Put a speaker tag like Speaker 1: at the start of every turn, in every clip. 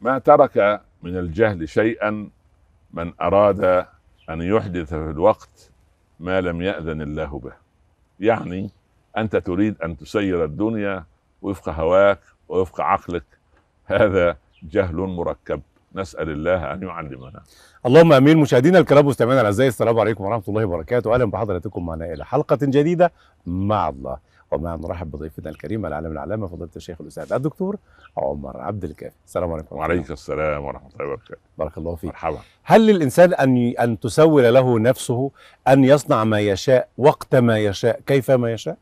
Speaker 1: ما ترك من الجهل شيئا من أراد أن يحدث في الوقت ما لم يأذن الله به. يعني أنت تريد أن تسير الدنيا وفق هواك ووفق عقلك، هذا جهل مركب، نسأل الله أن يعلمنا.
Speaker 2: اللهم امين. مشاهدينا الكرام مستمعينا الاعزاء، السلام عليكم ورحمه الله وبركاته. اهلا بحضراتكم معنا الى حلقه جديده مع الله، ومع نرحب بضيفنا الكريم العالم العلامه فضيله الشيخ الاستاذ الدكتور عمر عبد الكافي. السلام عليكم.
Speaker 1: وعليكم السلام ورحمه الله وبركاته.
Speaker 2: بارك الله فيك.
Speaker 1: مرحبا.
Speaker 2: هل للانسان ان تسول له نفسه ان يصنع ما يشاء وقت ما يشاء كيفما يشاء؟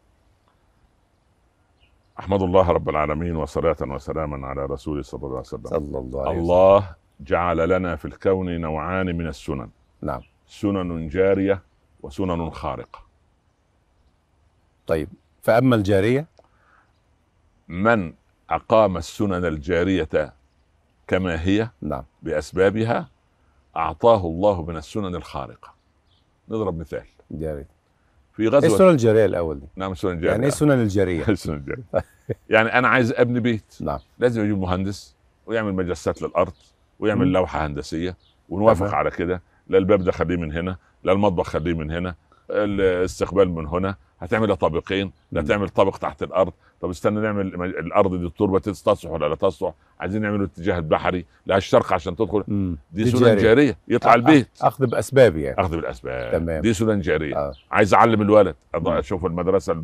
Speaker 1: أحمد الله رب العالمين وصلاة وسلاما على رسوله صلى الله عليه وسلم.
Speaker 2: صلى الله عليه وسلم.
Speaker 1: الله جعل لنا في الكون نوعان من السنن.
Speaker 2: نعم.
Speaker 1: سنن جارية وسنن خارقة.
Speaker 2: طيب، فأما الجارية،
Speaker 1: من أقام السنن الجارية كما هي
Speaker 2: نعم،
Speaker 1: بأسبابها أعطاه الله من السنن الخارقة. نضرب مثال.
Speaker 2: جارية.
Speaker 1: في غزوة
Speaker 2: ايه السنن الجارية الأول دي؟
Speaker 1: نعم، السنن الجارية.
Speaker 2: يعني ايه السنن الجارية؟
Speaker 1: السنن الجارية يعني أنا عايز أبني بيت،
Speaker 2: نعم،
Speaker 1: لازم يجيب مهندس ويعمل مجسات للأرض ويعمل لوحة هندسية ونوافق
Speaker 2: تمام.
Speaker 1: على كده. لا الباب ده خليه من هنا، لا المطبخ خليه من هنا، الاستقبال من هنا، هتعمل طابقين، لا تعمل طابق تحت الارض. طب استنى نعمل الارض دي التربه تصلح ولا لا تصلح، عايزين نعمل الاتجاه البحري لا الشرق عشان تدخل. دي سنن جاريه. يطلع البيت
Speaker 2: اخذ باسباب، يعني
Speaker 1: اخذ بالاسباب.
Speaker 2: تمام.
Speaker 1: دي سنن جاريه. عايز اعلم الولد، اشوف المدرسه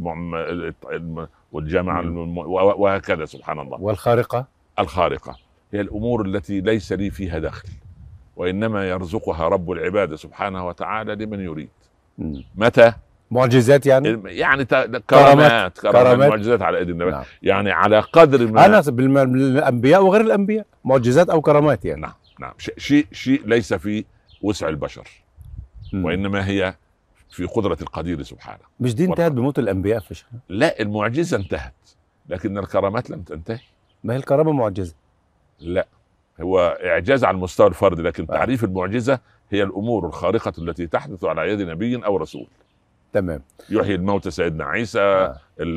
Speaker 1: والجامعه وهكذا. سبحان الله.
Speaker 2: والخارقه؟
Speaker 1: الخارقه هي الامور التي ليس لي فيها دخل، وانما يرزقها رب العباد سبحانه وتعالى لمن يريد. متى؟
Speaker 2: معجزات
Speaker 1: يعني كرامات معجزات على ايدي النبي.
Speaker 2: نعم.
Speaker 1: يعني على قدر ما
Speaker 2: انا بالانبياء وغير الانبياء معجزات او كرامات يعني.
Speaker 1: نعم نعم. شيء ليس في وسع البشر، وانما هي في قدرة القدير سبحانه.
Speaker 2: مش دي انتهت بموت الانبياء في شهر؟
Speaker 1: لا، المعجزة انتهت لكن الكرامات لم تنتهي.
Speaker 2: ما هي الكرامة معجزة؟
Speaker 1: لا، هو اعجاز على المستوى الفردي، لكن تعريف المعجزة هي الامور الخارقة التي تحدث على يد نبي او رسول.
Speaker 2: تمام.
Speaker 1: يحيي الموت سيدنا عيسى،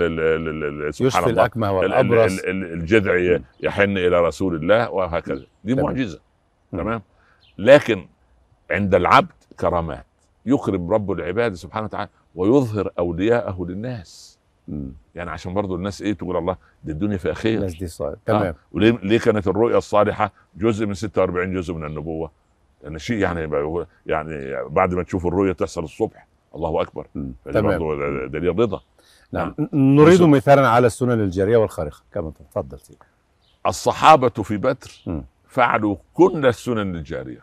Speaker 2: يشفي الأكمه والأبرص،
Speaker 1: الجذع يحن إلى رسول الله وهكذا. دي معجزة. تمام. لكن عند العبد كرامات، يكرم رب العباد سبحانه وتعالى ويظهر أولياءه للناس. يعني عشان برضو الناس تقول الله دي الدنيا فيها خير،
Speaker 2: الناس دي صالح. تمام.
Speaker 1: وليه كانت الرؤيا الصالحة جزء من 46 جزء من النبوة؟ لأن شيء يعني بعد ما تشوف الرؤيا تحصل الصبح. الله اكبر.
Speaker 2: تمام.
Speaker 1: دليل رضا.
Speaker 2: نعم. نريد مثالا على السنن الجاريه والخارقه. كما تفضل سيدي.
Speaker 1: الصحابه في بدر فعلوا كل السنن الجاريه.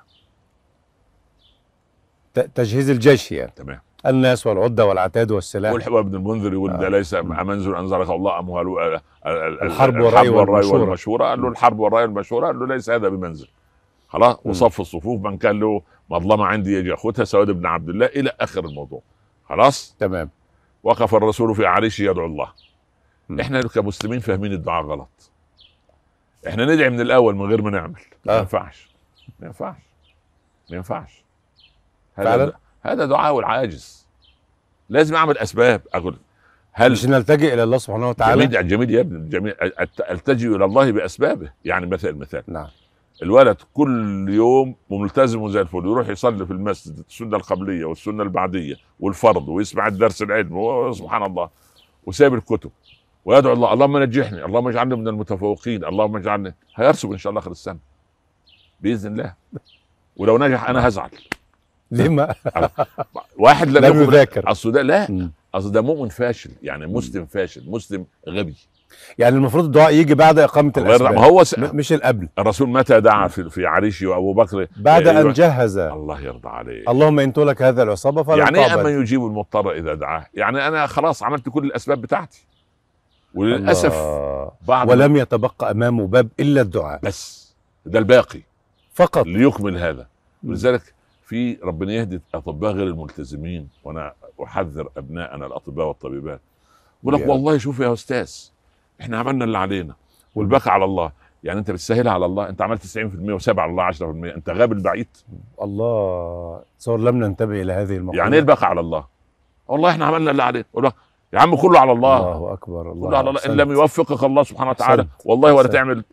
Speaker 2: تجهيز الجيش يعني.
Speaker 1: تمام.
Speaker 2: الناس والعده والعتاد والسلاح.
Speaker 1: والحباب بن المنذر يقول ده ليس منزل انزلك الله اموال
Speaker 2: الحرب والرأي
Speaker 1: والمشوره. قال له الحرب والرأي والمشوره، قال له ليس هذا بمنزل. خلاص. وصف الصفوف، من كان له مظلمه عندي يجي ياخذها، سواد بن عبد الله، الى اخر الموضوع. خلاص.
Speaker 2: تمام.
Speaker 1: وقف الرسول في عريشه يدعو الله. احنا كمسلمين فاهمين الدعاء غلط. احنا ندعي من الاول من غير ما نعمل. ما ينفعش. ما ينفعش. ما ينفعش. هذا دعاء العاجز. لازم اعمل اسباب. اقول
Speaker 2: هل مش نلتجئ الى الله سبحانه وتعالى؟
Speaker 1: جميل يا ابني، جميل. التجئ الى الله باسبابه. يعني مثال.
Speaker 2: نعم.
Speaker 1: الولد كل يوم ملتزم زي الفل، يروح يصلي في المسجد السنه القبليه والسنه البعديه والفرض، ويسمع الدرس العلم، سبحان الله، وساب الكتب ويدعو الله اللهم نجحني، اللهم اجعلني من المتفوقين، اللهم اجعلني. هيرسب ان شاء الله اخر السنه باذن الله. ولو نجح انا هزعل.
Speaker 2: ليه ما
Speaker 1: واحد
Speaker 2: لم يذاكر؟
Speaker 1: اصل ده لا، اصل ده مؤمن فاشل، يعني مسلم فاشل، مسلم غبي.
Speaker 2: يعني المفروض الدعاء يجي بعد اقامه الاسباب،
Speaker 1: ما هو
Speaker 2: مش القبل.
Speaker 1: الرسول متى دعا في عريشه وابو بكر؟
Speaker 2: بعد ان جهز.
Speaker 1: الله يرضى عليه.
Speaker 2: اللهم ان تولك هذا العصابه فلا
Speaker 1: يعني ايه اما يجيب المضطر اذا دعاه؟ يعني انا خلاص عملت كل الاسباب بتاعتي، وللاسف
Speaker 2: ولم يتبقى امامه باب الا الدعاء
Speaker 1: بس. ده الباقي
Speaker 2: فقط
Speaker 1: ليكمل هذا. ولذلك في ربنا يهدي الاطباء غير الملتزمين، وانا احذر ابنائنا الاطباء والطبيبات. يقول لك والله شوف يا استاذ احنا عملنا اللي علينا والباقي على الله. يعني انت بتسهلها على الله؟ انت عملت 90% وساب على الله 10%، انت غاب البعيد.
Speaker 2: الله صار لم ننتبه الى هذه المقولة.
Speaker 1: يعني ايه الباقي على الله؟ والله احنا عملنا اللي علينا. والله يا عم كله على الله.
Speaker 2: الله اكبر.
Speaker 1: الله على الله. ان لم يوفقك الله سبحانه وتعالى والله ولا تعمل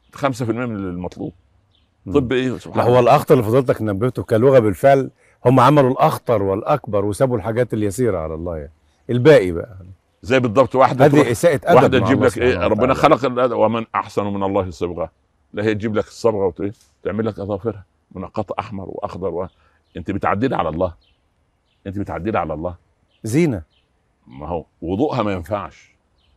Speaker 1: 5% من المطلوب. طب ايه سبحان
Speaker 2: لا، هو الاخطر اللي فضلتك نبهته كلغه بالفعل، هم عملوا الاخطر والاكبر وسابوا الحاجات اليسيره على الله يعني. الباقي بقى
Speaker 1: زي بالضبط واحده
Speaker 2: هذه اساءه ادب
Speaker 1: واحده
Speaker 2: مع
Speaker 1: تجيب
Speaker 2: الله
Speaker 1: لك ايه،
Speaker 2: سبحانه
Speaker 1: ربنا
Speaker 2: وتعالى.
Speaker 1: خلق ومن احسن من الله صبغه. لا هي تجيب لك الصبغه وتعمل لك اظافرها منقطه احمر واخضر انت بتعدلي على الله، انت بتعدلي على الله.
Speaker 2: زينه.
Speaker 1: ما هو وضوءها ما ينفعش.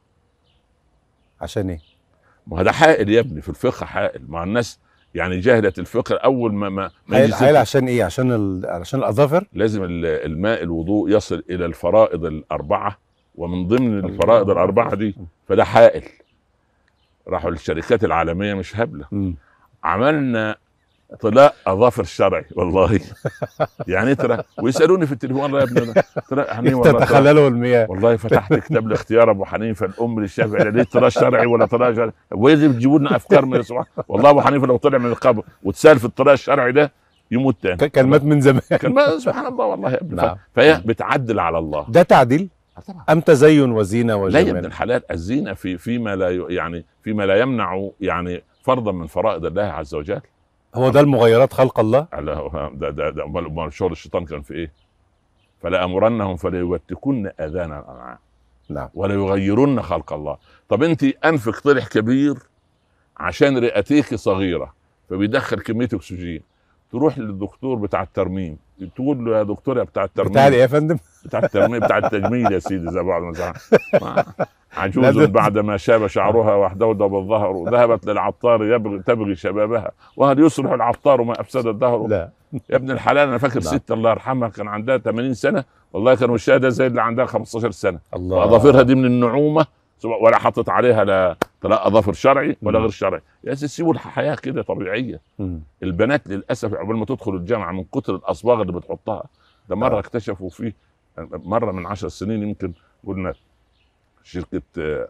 Speaker 2: عشان ايه؟
Speaker 1: ما هو ده حائل يا ابني، في الفقه حائل مع الناس يعني جاهله الفقه. اول ما يجي
Speaker 2: حيل عشان ايه؟ عشان الاظافر.
Speaker 1: لازم الماء الوضوء يصل الى الفرائض الاربعه، ومن ضمن الفرائض الاربعه دي فده حائل. راحوا الشركات العالميه مش هبله، عملنا طلاء اظافر شرعي والله. يعني ترى ويسالوني في التليفون والله يا ابني ترى يعني والله
Speaker 2: تتخللوا المياه.
Speaker 1: والله فتحت كتاب الاختيار ابو حنيفه الام للشافعي، ليه طلاء شرعي ولا طلاء شرعي؟ وين بتجيبوا لنا افكار من سبحان والله. ابو حنيفه لو طلع من القبر وتسال في الطلاء الشرعي ده يموت تاني.
Speaker 2: كان مات من زمان.
Speaker 1: سبحان الله والله يا ابني.
Speaker 2: نعم.
Speaker 1: فهي بتعدل على الله.
Speaker 2: ده تعديل
Speaker 1: طبعا.
Speaker 2: ام تزين وزينه
Speaker 1: لا يا ابن
Speaker 2: وجمال؟
Speaker 1: الحلال، الزينه فيما لا يعني فيما لا يمنع يعني فرضا من فرائض الله عز وجل.
Speaker 2: هو ده المغيرات خلق الله.
Speaker 1: ده امال شغل الشيطان كان في ايه؟ فلا امرنهم فليبتكن اذان الانعام.
Speaker 2: نعم.
Speaker 1: ولا يغيرن خلق الله. طب انت انفك طلع كبير عشان رئتيك صغيره فبيدخل كميه اكسجين، تروح للدكتور بتاع الترميم تقول له يا دكتور يا بتاع الترميم
Speaker 2: بتاع ايه يا فندم؟
Speaker 1: بتاع الترميم بتاع التجميل يا سيدي زي بعض المزاح. عجوز بعد ما شاب شعرها واحدود بالظهر ذهبت للعطار تبغي شبابها وهل يصلح العطار ما افسد الدهر.
Speaker 2: لا
Speaker 1: يا ابن الحلال انا فاكر ست الله يرحمها كان عندها 80 سنه والله كان وشها ده زي اللي عندها 15 سنه.
Speaker 2: الله.
Speaker 1: واظافرها دي من النعومه ولا حطت عليها لا اظافر شرعي ولا غير شرعي. يا سيدي سيبوا الحياه كده طبيعيه. البنات للاسف قبل ما تدخل الجامعه من كتر الاصباغ اللي بتحطها ده مره اكتشفوا فيه مره من 10 سنين يمكن قلنا شركه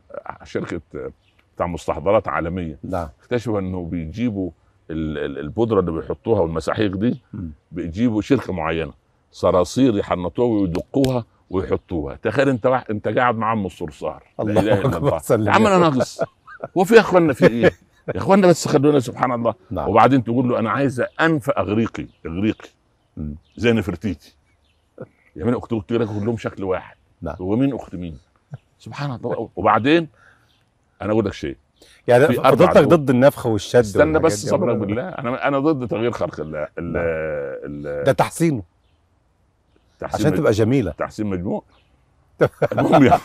Speaker 1: بتاع مستحضرات عالميه.
Speaker 2: نعم.
Speaker 1: اكتشفوا انه بيجيبوا البودره اللي بيحطوها والمساحيق دي بيجيبوا شركه معينه صراصير يحنطوها ويدقوها ويحطوها. تخيل انت قاعد مع ام الصرصار.
Speaker 2: الله
Speaker 1: لا اله الا
Speaker 2: أكبر.
Speaker 1: الله. يا عم انا ناقص هو في يا اخوانا في ايه يا اخوانا بس خلونا سبحان الله.
Speaker 2: نعم.
Speaker 1: وبعدين تقول له انا عايزه انف اغريقي زي نفرتيتي يا مين اختك كلهم شكل واحد.
Speaker 2: نعم.
Speaker 1: هو مين اخت مين سبحان الله. وبعدين انا اقول لك شيء
Speaker 2: يعني فضلتك ضد النفخ والشد.
Speaker 1: استنى بس صبرك بالله. انا ضد تغيير خلق الله.
Speaker 2: ده تحسينه عشان تبقى جميله.
Speaker 1: تحسين مجموع. المهم يعني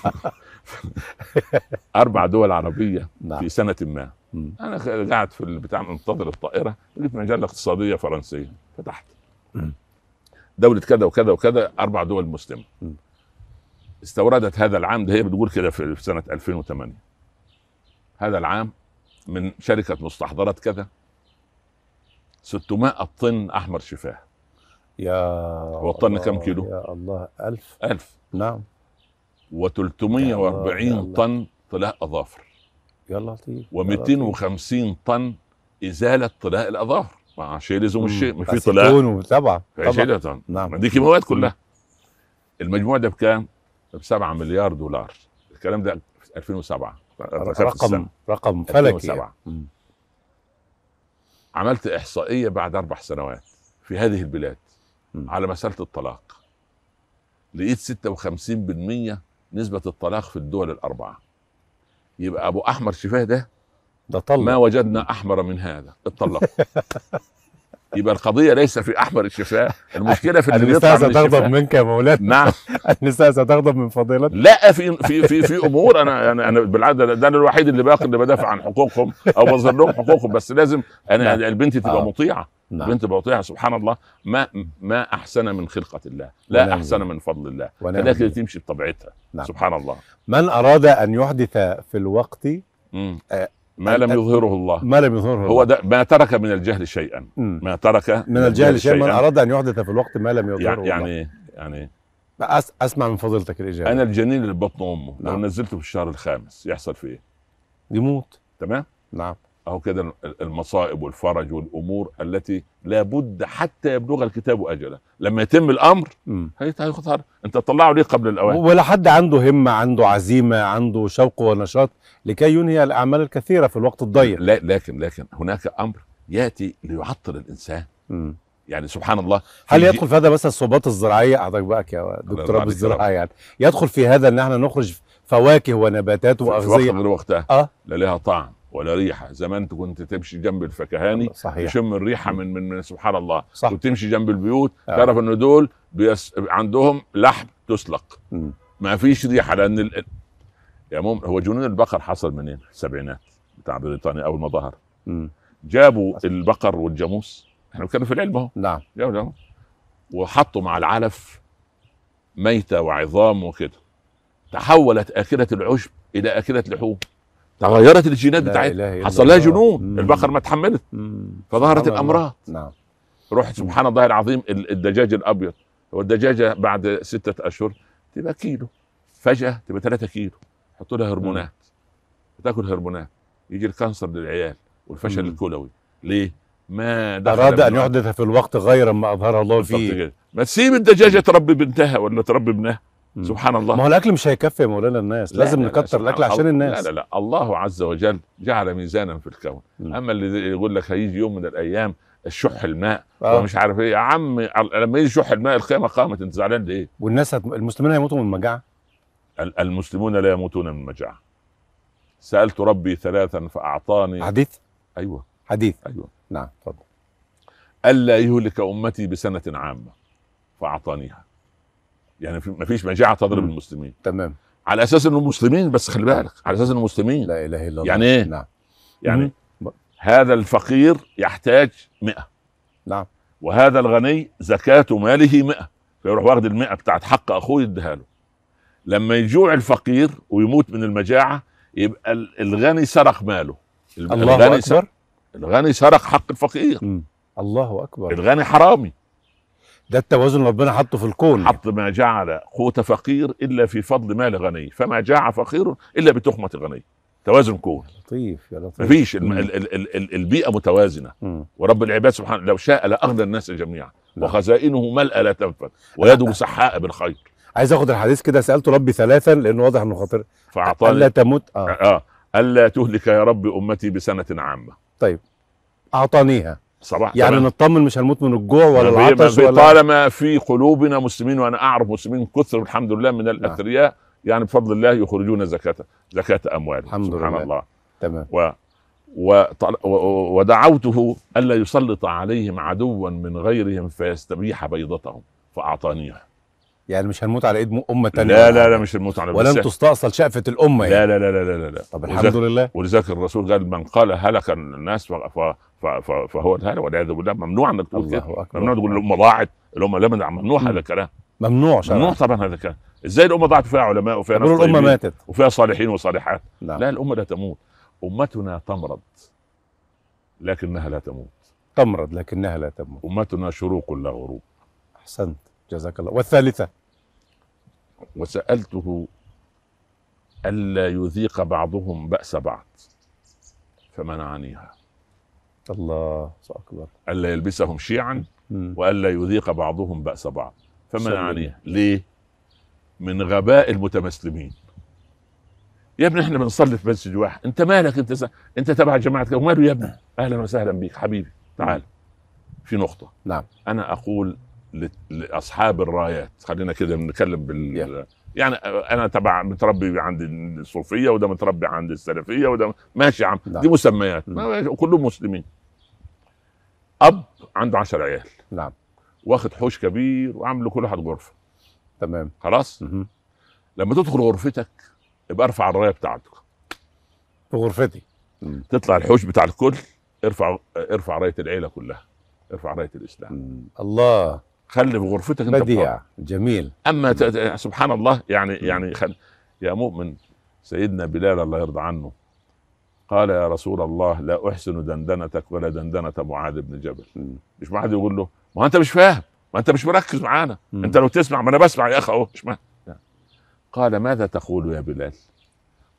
Speaker 1: 4 دول عربيه.
Speaker 2: نعم.
Speaker 1: في سنه ما انا قاعد في البتاع منتظر الطائره لقيت مجله اقتصاديه فرنسيه فتحت دوله كذا وكذا وكذا 4 دول مسلمه استوردت هذا العام ده. هي بتقول كده في سنه 2008 هذا العام من شركه مستحضرات كذا 600 طن احمر شفاه.
Speaker 2: يا
Speaker 1: هو الطن كم كيلو؟
Speaker 2: يا الله
Speaker 1: 1000.
Speaker 2: نعم.
Speaker 1: و340 طن طلاء اظافر.
Speaker 2: يا لطيف.
Speaker 1: و250 طن ازاله طلاء الاظافر مع شيء لزوم الشيء ما في
Speaker 2: طلاء طبعا.
Speaker 1: نعم. دي كيماويات كلها. المجموع ده بكام؟ ب7 مليار دولار. الكلام ده في 2007.
Speaker 2: رقم فلكي.
Speaker 1: 2007. عملت احصائيه بعد 4 سنوات في هذه البلاد على مساله الطلاق. لقيت 56% نسبه الطلاق في الدول الاربعه. يبقى ابو احمر شفاه ده
Speaker 2: طلق.
Speaker 1: ما وجدنا احمر من هذا اتطلق. يبقى القضيه ليس في احمر الشفاه، المشكله في اللي
Speaker 2: النساء ستغضب منك يا مولانا.
Speaker 1: نعم.
Speaker 2: النساء ستغضب من فضيلتك.
Speaker 1: لا في امور انا بالعاده ده انا الوحيد اللي باقي اللي بدافع عن حقوقهم او بظهر لهم حقوقهم. بس لازم انا البنت تبقى مطيعه. البنت تبقى مطيعه. سبحان الله ما احسن من خلقه الله، لا احسن من فضل الله. لكن تمشي بطبيعتها. سبحان الله.
Speaker 2: من اراد ان يحدث في الوقت
Speaker 1: ما لم يظهره الله.
Speaker 2: ما لم يظهره
Speaker 1: هو ده ما ترك من الجهل شيئا. ما ترك
Speaker 2: من الجهل شيئا. من اراد ان يحدث في الوقت ما لم يظهره
Speaker 1: يعني
Speaker 2: الله. اسمع من فضيلتك الاجابه.
Speaker 1: انا الجنين اللي ببطن امه لو نزلته في الشهر الخامس يحصل فيه ايه؟
Speaker 2: يموت.
Speaker 1: تمام.
Speaker 2: نعم.
Speaker 1: اهو كده المصائب والفرج والامور التي لابد حتى يبلغ الكتاب اجله، لما يتم الامر هيخسر. انت تطلعه ليه قبل الاوان؟
Speaker 2: ولا حد عنده همة، عنده عزيمة، عنده شوق ونشاط لكي ينهي الأعمال الكثيرة في الوقت الضيق.
Speaker 1: لا، لكن هناك امر ياتي ليعطل الانسان. يعني سبحان الله،
Speaker 2: هل يدخل في هذا مثلا الصوبات الزراعية؟ حضرتك بقى يا دكتوراه بالزراعة، يعني يدخل في هذا ان احنا نخرج فواكه ونباتات
Speaker 1: في
Speaker 2: واغذية
Speaker 1: وقت غير وقتها لا لها طعم ولا ريحه. زمان انت كنت تمشي جنب الفكهاني
Speaker 2: صحيح،
Speaker 1: تشم الريحه من سبحان الله،
Speaker 2: صح.
Speaker 1: وتمشي جنب البيوت تعرف ان دول عندهم لحم تسلق، ما فيش ريحه. لان يا هو جنون البقر حصل منين؟ السبعينات بتاع بريطانيا اول ما ظهر. جابوا البقر والجاموس، احنا بنتكلم في العلم اهو.
Speaker 2: نعم.
Speaker 1: جابوا وحطوا مع العلف ميته وعظام وكده، تحولت اكله العشب الى اكله لحوم، تغيرت الجينات بتاعتها، حصل لها جنون. البقر ما تحملت فظهرت الامراض.
Speaker 2: نعم.
Speaker 1: رحت سبحان الله العظيم الدجاج الابيض، هو الدجاجه بعد 6 اشهر تبقى كيلو، فجاه تبقى 3 كيلو. حطوا لها هرمونات، بتاكل هرمونات، يجي الكانسر للعيال والفشل الكلوي. ليه؟ ما
Speaker 2: اراد ان يحدث في الوقت غير ما اظهره الله فيه.
Speaker 1: ما تسيب الدجاجه تربي بنتها ولا تربي ابنها. سبحان الله.
Speaker 2: ما هو الاكل مش هيكفي يا مولانا الناس، لازم نكتر الاكل عشان الناس.
Speaker 1: لا الله عز وجل جعل ميزانا في الكون. اما اللي يقول لك هيجي يوم من الايام الشح الماء ومش عارف ايه، يا عم لما يجي شح الماء القيامه قامت، انت زعلان ليه؟
Speaker 2: والناس المسلمين هيموتوا من المجاعه؟
Speaker 1: المسلمون لا يموتون من المجاعه. سالت ربي 3 فاعطاني.
Speaker 2: حديث؟
Speaker 1: ايوه
Speaker 2: حديث.
Speaker 1: ايوه
Speaker 2: نعم اتفضل.
Speaker 1: الا يهلك امتي بسنه عامه فاعطانيها. يعني ما فيش مجاعه تضرب المسلمين.
Speaker 2: تمام.
Speaker 1: على اساس انهم مسلمين، بس خلي بالك على اساس انهم مسلمين.
Speaker 2: لا اله الا الله.
Speaker 1: يعني ايه؟
Speaker 2: نعم.
Speaker 1: يعني هذا الفقير يحتاج 100.
Speaker 2: نعم.
Speaker 1: وهذا الغني زكاة ماله 100، فيروح واخد 100 بتاعت حق اخوه يديها له. لما يجوع الفقير ويموت من المجاعة يبقى الغني سرق ماله.
Speaker 2: الله اكبر.
Speaker 1: الغني سرق حق الفقير.
Speaker 2: الله اكبر.
Speaker 1: الغني حرامي.
Speaker 2: ده التوازن ربنا حطه في الكون.
Speaker 1: حط ما جعل قوت فقير الا في فضل مال غني، فما جاع فقير الا بتخمة غني. توازن كون.
Speaker 2: لطيف يا لطيف.
Speaker 1: مفيش البيئة متوازنة. ورب العباد سبحانه لو شاء لاغنى الناس جميعا. وخزائنه ملأ لا تنفد ويده سحاء بالخير.
Speaker 2: عايز اخد الحديث كده. سألت ربي 3 لانه واضح انه خطير.
Speaker 1: فاعطاني
Speaker 2: الا تموت
Speaker 1: الا تهلك يا رب امتي بسنة عامة.
Speaker 2: طيب اعطانيها
Speaker 1: صباح
Speaker 2: يعني نطمن مش هنموت من الجوع ولا العطش ولا.
Speaker 1: طالما في قلوبنا مسلمين، وانا اعرف مسلمين كثر الحمد لله من الاثرياء، يعني بفضل الله يخرجون زكاة اموالهم.
Speaker 2: الحمد
Speaker 1: سبحان
Speaker 2: لله.
Speaker 1: الله.
Speaker 2: تمام.
Speaker 1: ودعوته الا يسلط عليهم عدوا من غيرهم فيستبيح بيضتهم فاعطانيها.
Speaker 2: يعني مش هنموت على ايد امه ثانيه.
Speaker 1: لا مش هنموت على
Speaker 2: ولن تستأصل شأفة الامه يعني.
Speaker 1: لا.
Speaker 2: طب الحمد لله.
Speaker 1: ولذلك الرسول قال من قال هلك الناس فهو الهلك والعياذ بالله. ممنوع انك تقول كده. ممنوع تقول الامه ضاعت، الامه لا، ممنوع هذا الكلام.
Speaker 2: ممنوع شرعا.
Speaker 1: ممنوع طبعا هذا الكلام. ازاي الامه ضاعت؟ فيها علماء وفيها ناس
Speaker 2: الامه ماتت
Speaker 1: وفيها صالحين وصالحات.
Speaker 2: لا
Speaker 1: الامه لا تموت. امتنا تمرض لكنها لا تموت.
Speaker 2: تمرض لكنها لا تموت.
Speaker 1: امتنا شروق لا غروب.
Speaker 2: احسنت جزاك الله. والثالثه؟
Speaker 1: وسألته ألا يذيق بعضهم بأس بعض فمنعنيها.
Speaker 2: الله أكبر.
Speaker 1: ألا يلبسهم شيعا وألا يذيق بعضهم بأس بعض فمنعنيها. ليه؟ من غباء المتمسلمين. يا ابني احنا بنصلي في مسجد واحد، انت مالك؟ انت تبع جماعة كده وماله يا ابني؟ اهلا وسهلا بيك حبيبي، تعال. في نقطة.
Speaker 2: نعم.
Speaker 1: انا اقول لاصحاب الرايات، خلينا كده بنتكلم يعني انا متربي عند الصوفيه، وده متربي عند السلفيه، وده ماشي يا عم. دي مسميات كلهم مسلمين. اب عنده 10 عيال.
Speaker 2: نعم.
Speaker 1: واخد حوش كبير وعامل لكل واحد غرفه.
Speaker 2: تمام.
Speaker 1: خلاص. لما تدخل غرفتك يبقى ارفع الرايه بتاعتك
Speaker 2: في غرفتي.
Speaker 1: تطلع الحوش بتاع الكل، ارفع رايه العيله كلها، ارفع رايه الاسلام.
Speaker 2: الله.
Speaker 1: خلي في غرفتك انت
Speaker 2: بديع جميل.
Speaker 1: اما سبحان الله يعني يا مؤمن. سيدنا بلال الله يرضى عنه قال يا رسول الله لا احسن دندنتك ولا دندنه معاذ بن جبل. مش معاذ يقول له ما انت مش فاهم، ما انت مش مركز معانا، انت لو تسمع ما انا بسمع يا اخي اهو. قال ماذا تقول يا بلال؟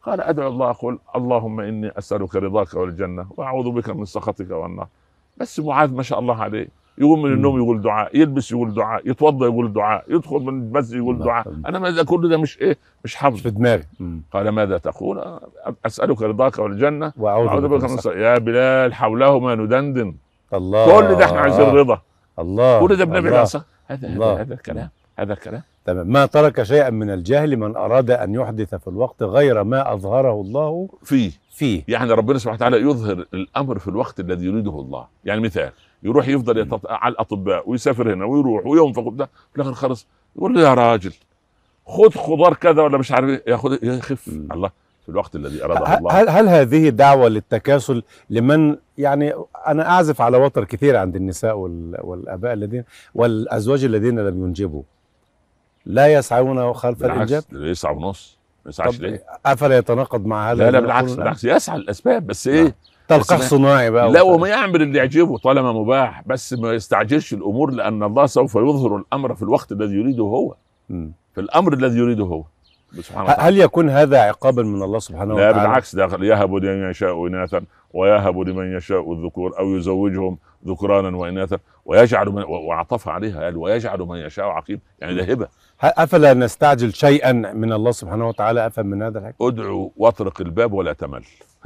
Speaker 1: قال ادعو الله اقول اللهم اني اسالك رضاك والجنه واعوذ بك من سخطك والنار. بس معاذ ما شاء الله عليه يقوم من النوم يقول دعاء، يلبس يقول دعاء، يتوضا يقول دعاء، يدخل من المسجد يقول دعاء. انا ما كل ده مش ايه، مش حفظ
Speaker 2: في دماغي.
Speaker 1: قال ماذا تقول؟ اسالك رضاك والجنه
Speaker 2: واعوذ بك من
Speaker 1: يا بلال حولهما ندندن.
Speaker 2: الله.
Speaker 1: كل ده احنا عايزين رضا.
Speaker 2: الله.
Speaker 1: كل ده بنبعد عن هذا
Speaker 2: الكلام.
Speaker 1: هذا الكلام.
Speaker 2: تمام. ما ترك شيئا من الجهل من اراد ان يحدث في الوقت غير ما اظهره الله فيه.
Speaker 1: يعني ربنا سبحانه وتعالى يظهر الامر في الوقت الذي يريده الله. يعني مثال، يروح يفضل على الاطباء ويسافر هنا ويروح وينفق ده، في الاخر خلص يقول له يا راجل خذ خضار كذا ولا مش عارف ايه، ياخذ يخف. الله في الوقت الذي اراده الله.
Speaker 2: هل هذه دعوه للتكاسل لمن يعني انا اعزف على وتر كثير عند النساء والاباء الذين والازواج الذين لم ينجبوا لا يسعون خلف الانجاب؟
Speaker 1: يسعى ونص، ما يسعاش ليه؟
Speaker 2: افلا يتناقض مع هذا؟
Speaker 1: لا بالعكس يسعى الاسباب، بس ايه؟
Speaker 2: تلقيح صناعي بقى.
Speaker 1: لا وما يعمل اللي يعجبه طالما مباح، بس ما يستعجلش الامور، لان الله سوف يظهر الامر في الوقت الذي يريده هو. في الامر الذي يريده هو سبحانه وتعالى.
Speaker 2: هل يكون هذا عقابا من الله سبحانه وتعالى؟
Speaker 1: لا بالعكس، ده يهب لمن يشاء اناثا ويهب لمن يشاء الذكور او يزوجهم ذكرانا واناثا ويجعل من، وعطف عليها قال ويجعل من يشاء عقيم، يعني ده هبه.
Speaker 2: افلا نستعجل شيئا من الله سبحانه وتعالى؟ افهم من هذا الحكي؟
Speaker 1: ادعو واطرق الباب ولا تمل.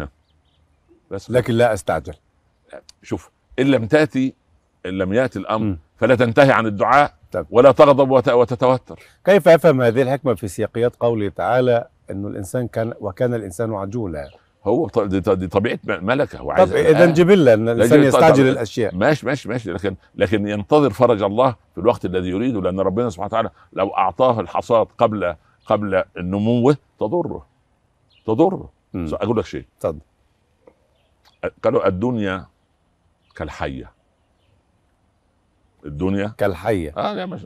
Speaker 1: بس
Speaker 2: لكن لا استعجل.
Speaker 1: شوف، ان لم ياتي الامر فلا تنتهي عن الدعاء ولا تغضب وتتوتر.
Speaker 2: كيف افهم هذه الحكمه في سياقيات قوله تعالى انه الانسان وكان الانسان عجولا؟
Speaker 1: هو دي طبيعه ملكه، هو
Speaker 2: عايز. طب اذا جبله ان الانسان يستعجل الاشياء.
Speaker 1: ماشي لكن ينتظر فرج الله في الوقت الذي يريده، لان ربنا سبحانه وتعالى لو اعطاه الحصاد قبل النمو تضره. اقول لك شيء.
Speaker 2: اتفضل.
Speaker 1: قالوا الدنيا كالحيه. الدنيا
Speaker 2: كالحيه.
Speaker 1: لا مش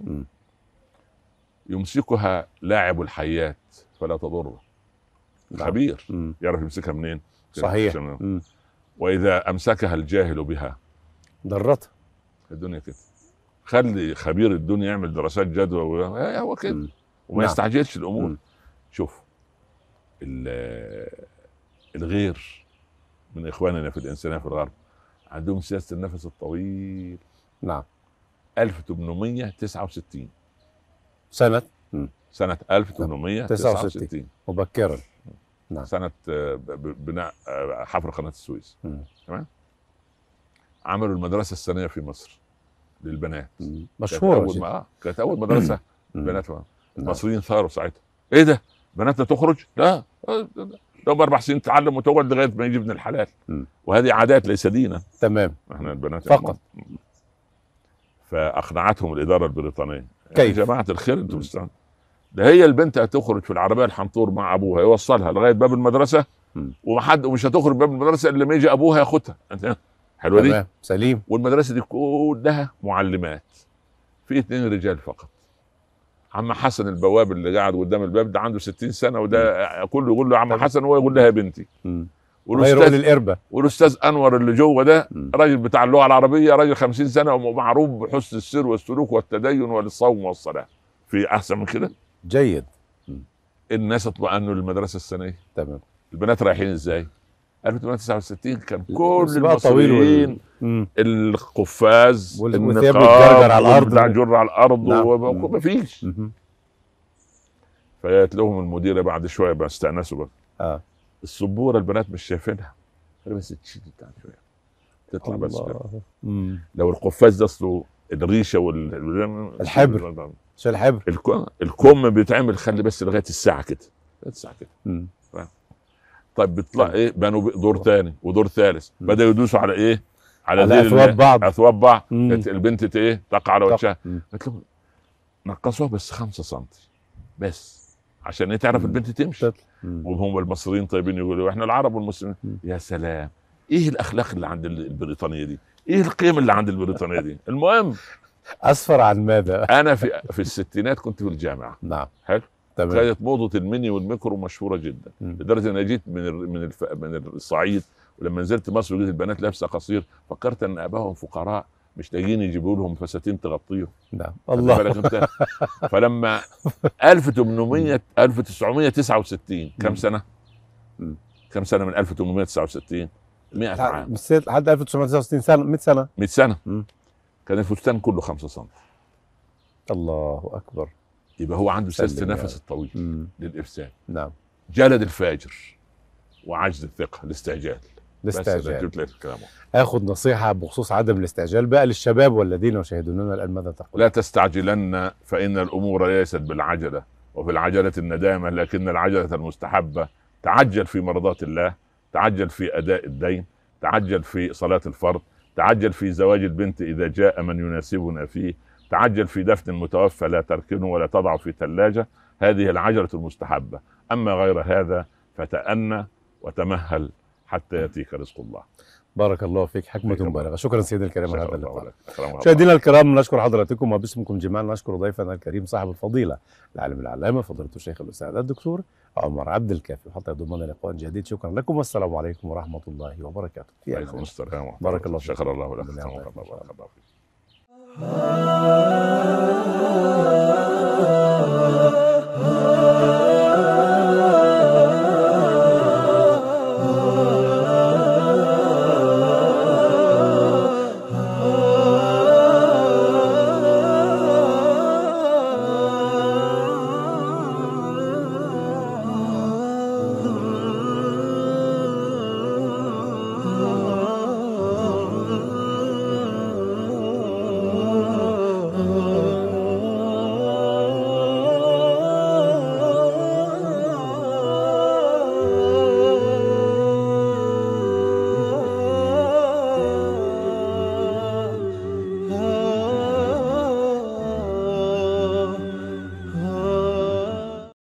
Speaker 1: يمسكها لاعب الحيات فلا تضره. خبير يعرف يمسكها منين.
Speaker 2: صحيح.
Speaker 1: واذا امسكها الجاهل بها
Speaker 2: ضرتها.
Speaker 1: الدنيا كده. خلي خبير الدنيا يعمل دراسات جدوى هو كده وما يستعجلش الامور. شوف الغير من اخواننا في الانسانيه في الغرب عندهم سياسه النفس الطويل. 1869 سنة 1869
Speaker 2: مبكرا.
Speaker 1: سنة بناء حفر قناة السويس. تمام. عملوا المدرسة الثانية في مصر للبنات.
Speaker 2: مشهورة.
Speaker 1: كانت أول مدرسة بنات. المصريين ثاروا ساعتها. إيه ده؟ بناتنا تخرج؟ لا لو 4 سنين تعلم وتقعد لغاية ما يجي ابن الحلال. وهذه عادات ليس دينا.
Speaker 2: تمام.
Speaker 1: احنا البنات
Speaker 2: فقط.
Speaker 1: فأقنعتهم الإدارة البريطانية.
Speaker 2: كيف؟
Speaker 1: يا جماعة الخير انتم مستعد. ده هي البنت هتخرج في العربيه الحنطور مع ابوها يوصلها لغايه باب المدرسه ومش هتخرج باب المدرسه الا لما يجي ابوها ياخدها. حلوه دي؟
Speaker 2: تمام سليم.
Speaker 1: والمدرسه دي كلها معلمات، في 2 رجال فقط. عم حسن البواب اللي قاعد قدام الباب ده عنده 60 سنه، وده كله يقول له عم حسن وهو يقول لها يا بنتي. والاستاذ انور اللي جوه ده راجل بتاع اللغه العربيه، راجل 50 سنه ومعروف بحسن السير والسلوك والتدين والصوم والصلاه. في احسن من كده؟
Speaker 2: جيد.
Speaker 1: الناس اطمئنوا للمدرسه الثانويه.
Speaker 2: تمام.
Speaker 1: البنات رايحين ازاي؟ 1869 كان كل المصريين القفاز
Speaker 2: والثياب الجرجر على الارض
Speaker 1: جر على الارض ومفيش. فقالت لهم المديره بعد شويه بقى استأنسوا بقى السبوره البنات مش شايفينها، بس تشيل شويه تطلع بس لو القفاز ده اصله الريشه
Speaker 2: الحبر شو الحبر
Speaker 1: الكم بيتعمل خلي بس لغايه الساعه كده طيب بيطلع ايه؟ بنوا دور ثاني ودور ثالث، بدأوا يدوسوا على ايه؟ على اثواب بعض. البنت ايه؟ تقع على وجهها. قلت لهم نقصوها بس 5 سم بس عشان ايه؟ تعرف البنت تمشي. وهم المصريين طيبين يقولوا احنا العرب والمسلمين. يا سلام، ايه الاخلاق اللي عند البريطانيه دي؟ ايه القيم اللي عند البريطانيه دي؟ المهم
Speaker 2: اصفر عن ماذا؟
Speaker 1: انا في الستينات كنت في الجامعه.
Speaker 2: نعم.
Speaker 1: حلو.
Speaker 2: تمام.
Speaker 1: كانت موضه الميني والميكرو مشهوره جدا لدرجه ان جيت من الصعيد، ولما نزلت مصر وجدت البنات لابسه قصير فكرت ان ابائهم فقراء مش لاقيين يجيبوا لهم فساتين تغطيهم.
Speaker 2: نعم الله.
Speaker 1: فلما 1969 كم سنه؟
Speaker 2: مم.
Speaker 1: كم سنه من 1869؟ 100 عام.
Speaker 2: لحد 1969 سنه، 100 سنه.
Speaker 1: 100 سنه.
Speaker 2: مم.
Speaker 1: كان الفستان كله 5 سم.
Speaker 2: الله اكبر.
Speaker 1: يبقى هو عنده
Speaker 2: سلم
Speaker 1: سياسه
Speaker 2: يا
Speaker 1: النفس
Speaker 2: رب.
Speaker 1: الطويل
Speaker 2: مم.
Speaker 1: للافساد.
Speaker 2: نعم.
Speaker 1: جلد الفاجر وعجز الثقه، الاستعجال. بس
Speaker 2: الاستعجال.
Speaker 1: جبت لك الكلام.
Speaker 2: اخذ نصيحه بخصوص عدم الاستعجال بقى للشباب والذين يشاهدوننا الان، ماذا تقول؟
Speaker 1: لا تستعجلن، فإن الأمور ليست بالعجلة، وفي العجلة الندامة، لكن العجلة المستحبة. تعجل في مرضاة الله، تعجل في أداء الدين، تعجل في صلاة الفرض، تعجل في زواج البنت إذا جاء من يناسبنا فيه، تعجل في دفن المتوفى، لا تركنه ولا تضع في ثلاجة. هذه العجلة المستحبة. أما غير هذا فتأنى وتمهل حتى يأتيك رزق الله.
Speaker 2: بارك الله فيك، حكمة بالغة. شكرا سيدنا الكريم على هذا اللقاء.
Speaker 1: اللقاء.
Speaker 2: مشاهدينا الكرام، نشكر حضراتكم وباسمكم جميعا نشكر ضيفنا الكريم صاحب الفضيلة العالم العلامة فضيلة الشيخ الأستاذ الدكتور عمر عبد الكافي، وحتى يضمن لقاء جديد. شكرا لكم والسلام عليكم ورحمة الله وبركاته.
Speaker 1: وعليكم السلام.
Speaker 2: بارك الله فيك.
Speaker 1: شكر الله لك.
Speaker 2: بارك الله فيك.
Speaker 1: الله.